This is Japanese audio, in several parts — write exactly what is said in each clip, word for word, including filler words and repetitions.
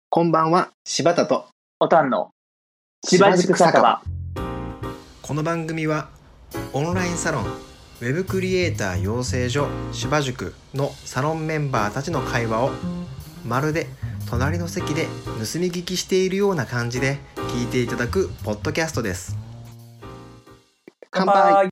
こんばんは、柴田とおたんの柴塾酒場。 この番組はオンラインサロンウェブクリエイター養成所柴塾のサロンメンバーたちの会話をまるで隣の席で盗み聞きしているような感じで聞いていただくポッドキャストです。乾杯。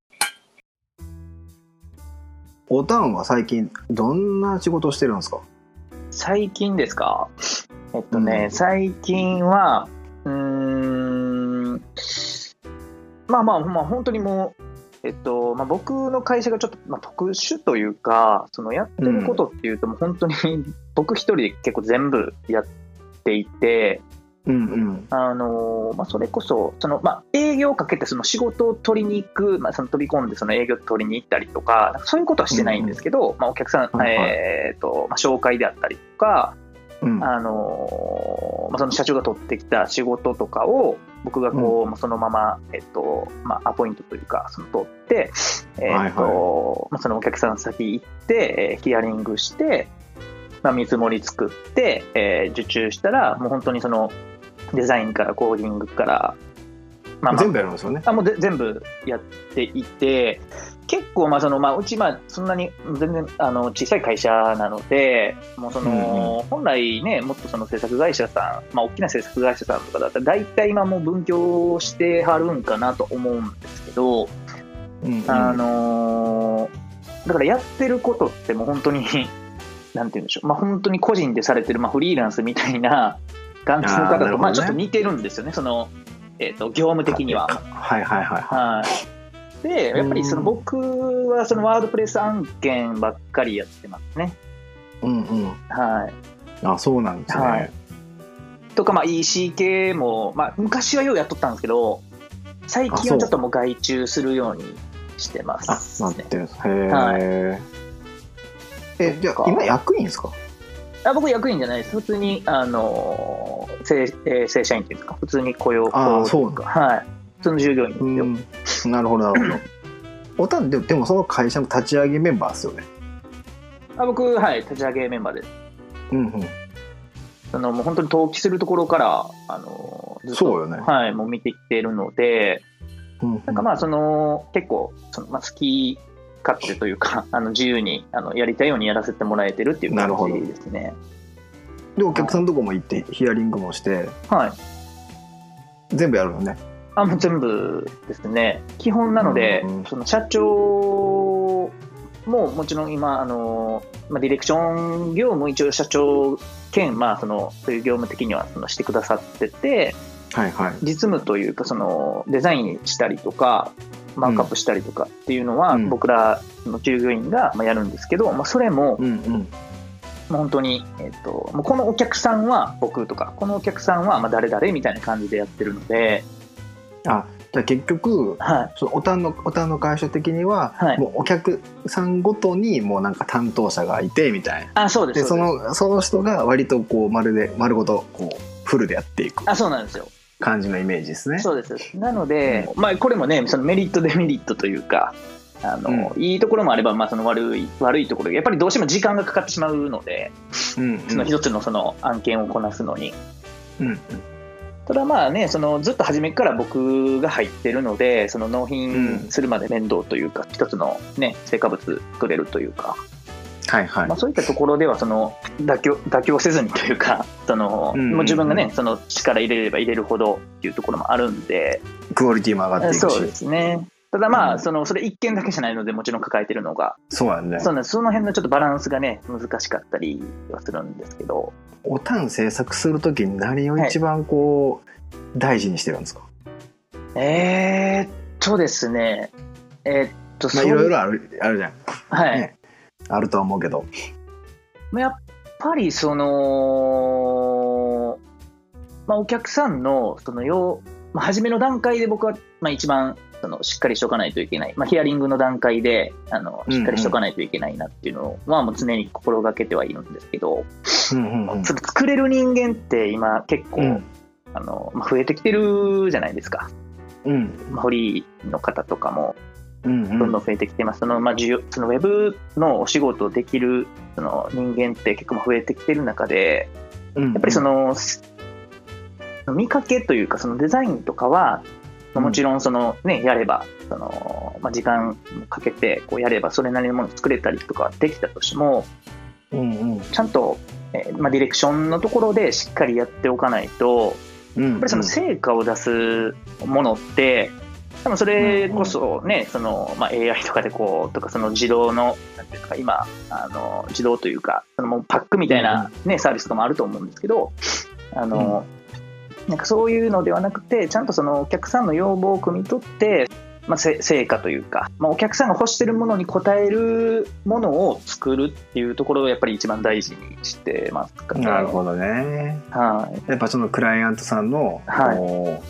おたんは最近どんな仕事をしてるんですか？ 最近ですか？えっとね、うん、最近はうーんまあまあまあ本当にもうえっとまあ僕の会社がちょっと、まあ、特殊というか、そのやってることっていうともう本当に僕一人で結構全部やっていて、うんうん、あのまあ、それこそその、まあ、営業をかけてその仕事を取りに行く、まあ、その飛び込んでその営業を取りに行ったりとか、そういうことはしてないんですけど、うんうん、まあ、お客さん、はいはい、えーとまあ、紹介であったりとか、うん、あのまあ、その社長が取ってきた仕事とかを僕がこう、うん、そのまま、えっとまあ、アポイントというかその取って、えーとはいはいまあ、そのお客さん先行って、えー、ヒアリングして、まあ、見積もり作って、えー、受注したらもう本当にそのデザインからコーディングから、 まあまあ、全部やるんですよね。 あもうで全部やっていて、結構まあその、まあ、うちまあそんなに全然あの小さい会社なので、もうその、うんうん、本来ねもっとその制作会社さん、まあ、大きな制作会社さんとかだったら大体今もう分業してはるんかなと思うんですけど、うんうん、あのだからやってることってもう本当になんて言うんでしょう、まあ、本当に個人でされてる、まあ、フリーランスみたいな感じの方と、ね、まあ、ちょっと似てるんですよね、その、えーと、業務的には。 はいはいはいはい。 で、やっぱりその僕はそのワードプレス案件ばっかりやってますね。 うんうん。 はい。 あ、そうなんですね。はい、 とか、まあ イーシー 系も、まあ昔はようやっとったんですけど、最近はちょっともう外注するようにしてます、 ね。あ、なってるんです。へー。はい。え、じゃあ今役員ですか？ あ、僕役員じゃないです。普通にあの正、えー、正社員っていうんですか、普通に雇用。 ああ、そうか。 はい。普通の従業員ですよ。 なるほどなるほど。おたんで、でもその会社の立ち上げメンバーですよね。 あ、僕はい立ち上げメンバーです。 うんうん。 そのもう本当に登記するところからあのずっとそうよね。 はいもう見てきているので、うんうん、なんかまあその結構そのまあ好き勝手というかあの自由にあのやりたいようにやらせてもらえてるっていう感じですね。 でお客さんのとこも行ってヒアリングもして、 はい、 全部やるのね。 あ、もう全部ですね。基本なので、うんうん、その社長ももちろん今あの、まあ、ディレクション業務一応社長兼、まあ、そのそういう業務的にはそのしてくださってて、 はいはい、 実務というかそのデザインしたりとかマークアップしたりとかっていうのは、うん、僕らの従業員がやるんですけど、まあ、それも、うんうん、もう本当に、えーと、もうこのお客さんは僕とかこのお客さんはまあ誰々みたいな感じでやってるので、 あ、じゃあ結局、はい、そのおたんのおたんの会社的には、はい、もうお客さんごとにもうなんか担当者がいてみたいな。 あ、そうです。 でそのその人が割とこうまるで丸ごとこうフルでやっていく。 あ、そうなんですよ。 感じのイメージですね。 そうです。なので、うん、まあこれもね、そのメリットデメリットというか、あの、うん、いいところもあれば、まあその悪い悪いところ、やっぱりどうしても時間がかかってしまうので、うんうん、その一つのその案件をこなすのに。うんうん、ただまあね、そのずっと初めから僕が入ってるので、その納品するまで面倒というか、うん、一つのね成果物作れるというか。 はいはい、 まあ、そういったところではその妥協、妥協せずにというか、その、うんうんうん、もう自分がねその力入れれば入れるほどっていうところもあるんで、 クオリティも上がっていくし。 そうですね。ただまあ、うん、そのそれ一件だけじゃないのでもちろん抱えてるのが、 そうやね。 そうなんです。その辺のちょっとバランスがね難しかったりはするんですけど。 おたん制作するときに何を一番こう、はい、大事にしてるんですか？ えー、っとですねえー、っとまあいろいろあるあるじゃん。 はい。 ね、あるとは思うけど、 やっぱりその、まあ、お客さんのその要、まあ、初めの段階で僕はまあ一番そのしっかりしとかないといけない、まあ、ヒアリングの段階であのしっかりしとかないといけないなっていうのはもう常に心がけてはいるんですけど、うんうんうん、作れる人間って今結構、うん、あのまあ、増えてきてるじゃないですか、うんまあ、フリーの方とかもどんどん増えてきてます。その、まあ、需要、そのウェブのお仕事をできるその人間って結構増えてきてる中で、 やっぱりその見かけというかそのデザインとかはもちろんその、ね、やればその、まあ、時間かけてこうやればそれなりのものを作れたりとかできたとしても、 うんうん、 ちゃんと、えーまあ、ディレクションのところでしっかりやっておかないと、うんうん、やっぱりその成果を出すものって多分それこそね、そのまあ エーアイ とかでこうとかその自動のなんていうか今あの自動というかそのもうパックみたいな、ね、サービスとかもあると思うんですけど、あの、うん、なんかそういうのではなくてちゃんとそのお客さんの要望を汲み取って、まあ、成果というか、まあ、お客さんが欲してるものに応えるものを作るっていうところをやっぱり一番大事にしてますかね。 なるほどね、はい、やっぱそのクライアントさんの、はい、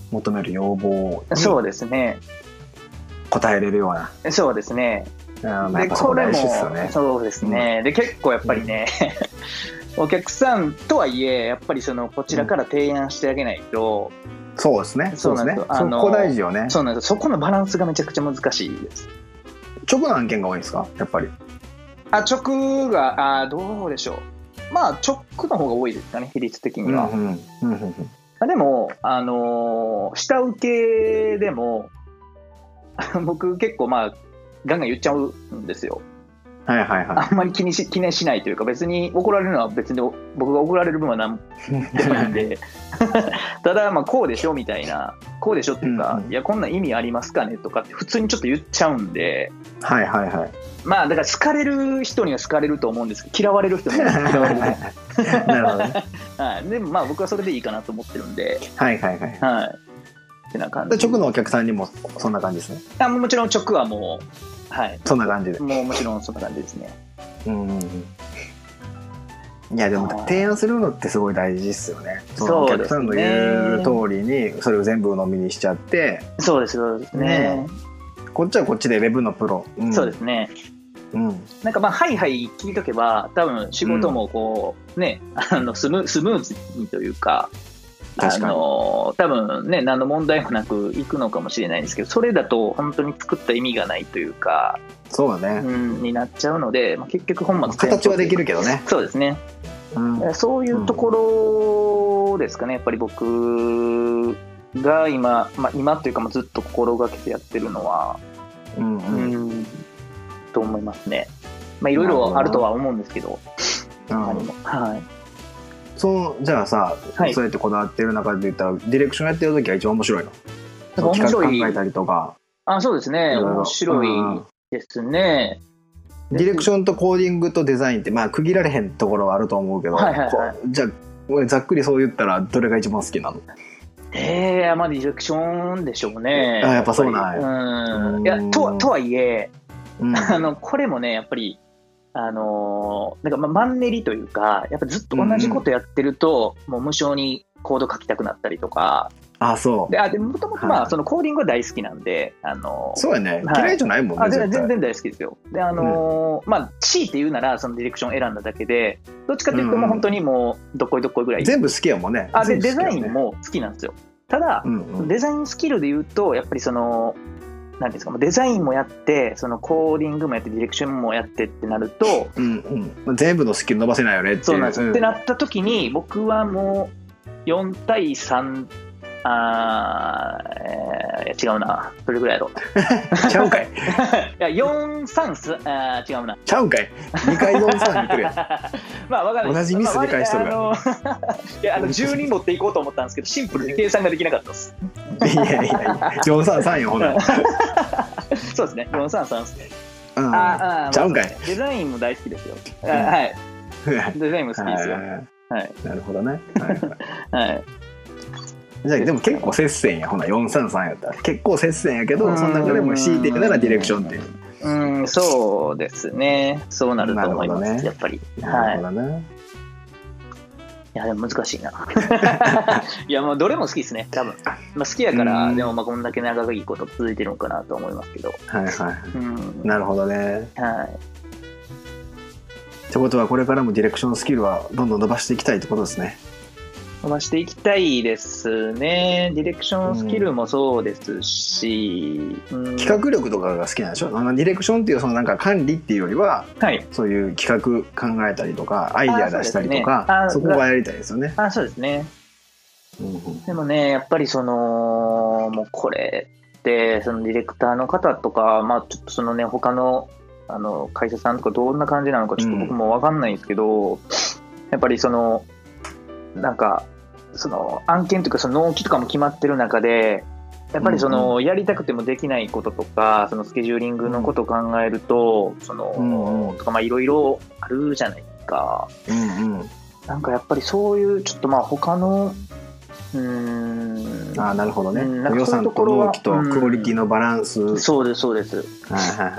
求める要望にそうですね応えれるようなそうですねでこれもそうですね、うん、で結構やっぱりね、うん、お客さんとはいえやっぱりそのこちらから提案してあげないと、 うん、そうですねそうですねそこ大事よね。 そうなんです。そこのバランスがめちゃくちゃ難しいです。 直の案件が多いんですかやっぱり。 あ直があどうでしょう。まあ直の方が多いですかね比率的には、うんうんうんうん、でもあのー、下請けでも僕結構まあガンガン言っちゃうんですよ。 はいはいはい。 あんまり気にし気にしないというか別に怒られるのは別に僕が怒られる分は何でもないんでただまあこうでしょみたいなこうでしょっていうか、うんうん、いやこんな意味ありますかねとかって普通にちょっと言っちゃうんで、 はいはいはい。 まあだから好かれる人には好かれると思うんですけど嫌われる人には嫌われるなるほどね、はい、でもまあ僕はそれでいいかなと思ってるんではいはいはいはいってな感じ。 直のお客さんにもそんな感じですね。 あもちろん直はもうはい、 そんな感じでもうもちろんそんな感じですね。 うんうん、いやでも提案するのってすごい大事ですよね。そのお客さんの言う通りにそれを全部鵜呑みにしちゃってそうですそうですね、ねこっちはこっちでウェブのプロ、 うん、そうですね、うん、なんかまあはいはい聞いとけば多分仕事もこう、うん、ねあのスム、スムーズにというかあの多分ね何の問題もなくいくのかもしれないんですけどそれだと本当に作った意味がないというかそうだね、 うん、になっちゃうので、まあ、結局本末転倒形はできるけどね。 そうですね、うん、そういうところですかねやっぱり僕が今、まあ、今というかもずっと心がけてやってるのは、うんうんうん、と思いますね。まあいろいろあるとは思うんですけど、 うん、はいそうじゃあさ、はい、そうやってこだわってる中で言ったらディレクションやってる時が一番面白いの？企画考えたりとか。 あ、そうですね。面白いですね。 ディレクションとコーディングとデザインってまあ区切られへんところはあると思うけど、はいはいはい、じゃあ俺ざっくりそう言ったらどれが一番好きなの？ えー、まあディレクションでしょうね。 あ、やっぱそうなんや。 うん。いやととはいえ、うん、あのこれもねやっぱり。あのー、なんかまあマンネリというかやっぱずっと同じことやってると、うんうん、もう無性にコード書きたくなったりとか。 あ、そうであでもともとまあそのコーディングは大好きなんで、あのー、 そうやね、はい、嫌いじゃないもんね。 あ全然大好きですよ。であのーうん、まあ強いて言うならそのディレクション選んだだけでどっちかというともう本当にもうどっこいどっこいぐらい、うん、 全部好きやもんね。 あでデザインも好きなんですよ。ただ、うんうん、デザインスキルで言うとやっぱりそのなんですかデザインもやってそのコーディングもやってディレクションもやってってなると、 うんうん、全部のスキル伸ばせないよねっていう。 そうなんです、うん、ってなった時に僕はもうよん対さんあー、えー、違うなどれぐらいやろちゃうんかいいやよんさんすあ違うなちゃうんかいにかいよんさん言ってるやんまあ分かんない同じミスで返しとるから、 まあ、いやあのじゅうに持っていこうと思ったんですけどシンプルに計算ができなかったですいやいやいやよんさんさんよほなそうですねよんさんさんですね。 ああちゃうんかい。 デザインも大好きですよ、うん、はいデザインも好きですよはい、 なるほどねはい、 はいじゃあでも結構接戦やほなよんさんさんやったら結構接戦やけどその中でも強いていくならディレクションっていう。 うんそうですねそうなると思います、ね、やっぱり。 なるほどね、はい、いやでも難しいないやもうどれも好きですね多分、まあ、好きやからでもまあこんだけ長いこと続いてるのかなと思いますけど。 はいはい、うん、なるほどね。 はいってことはこれからもディレクションスキルはどんどん伸ばしていきたいってことですね。 伸ばしていきたいですね。ディレクションスキルもそうですし、うん、 企画力とかが好きなんでしょ。あのディレクションっていうそのなんか管理っていうよりは、はい、そういう企画考えたりとかアイデア出したりとか そ,、ね、そこがやりたいですよね。 あ、そうですね。うん、でもねやっぱりそのもうこれってそのディレクターの方とか、まあちょっとそのね他のあの会社さんとかどんな感じなのかちょっと僕も分かんないんですけど、うん、やっぱりそのなんかその案件というかその納期とかも決まってる中でやっぱりそのやりたくてもできないこととかそのスケジューリングのことを考えるとそのとかまあいろいろあるじゃないですか。うんうん、なんかやっぱりそういうちょっとまあ他のうーんあなるほどね、うん、なんか予算と納期とクオリティのバランス、 うん、そうですそうです。はいはいはい。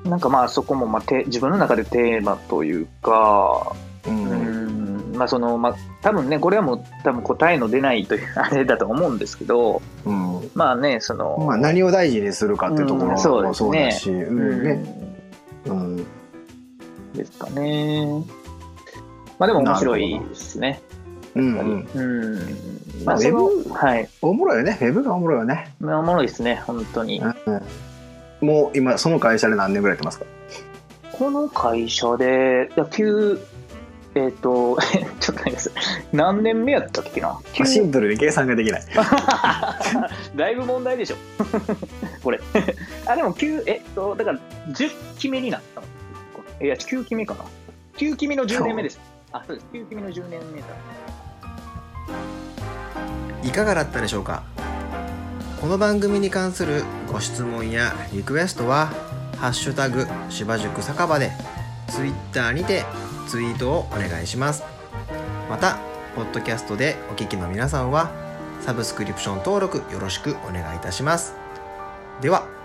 なんかまあそこもまあて自分の中でテーマというか、うんうんまあそのまあ多分ねこれはもう多分答えの出ないというあれだと思うんですけど、うん、まあねその、 まあ、何を大事にするかっていうところもそうだし、うん、 うんねうん、 ですかね。まあでも面白いですね。うんうんうんまあ、ウェブ、はい、おもろいよね。ウェブがおもろいよね。 おもろいですね本当に、 うん、もう今その会社で何年ぐらいやってますか？ この会社で野球えっ、ー、とちょっと待って何年目やったっけな。 シンプルに計算ができないだいぶ問題でしょこれあでもきゅうえっとだからじゅっきめになったの。いやきゅうきめかな。きゅうきめのじゅうねんめです。あそうですきゅうきめのじゅうねんめだ。 いかがだったでしょうか。この番組に関するご質問やリクエストはハッシュタグ芝塾酒場でツイッターにてツイートをお願いします。またポッドキャストでお聞きの皆さんはサブスクリプション登録よろしくお願いいたします。では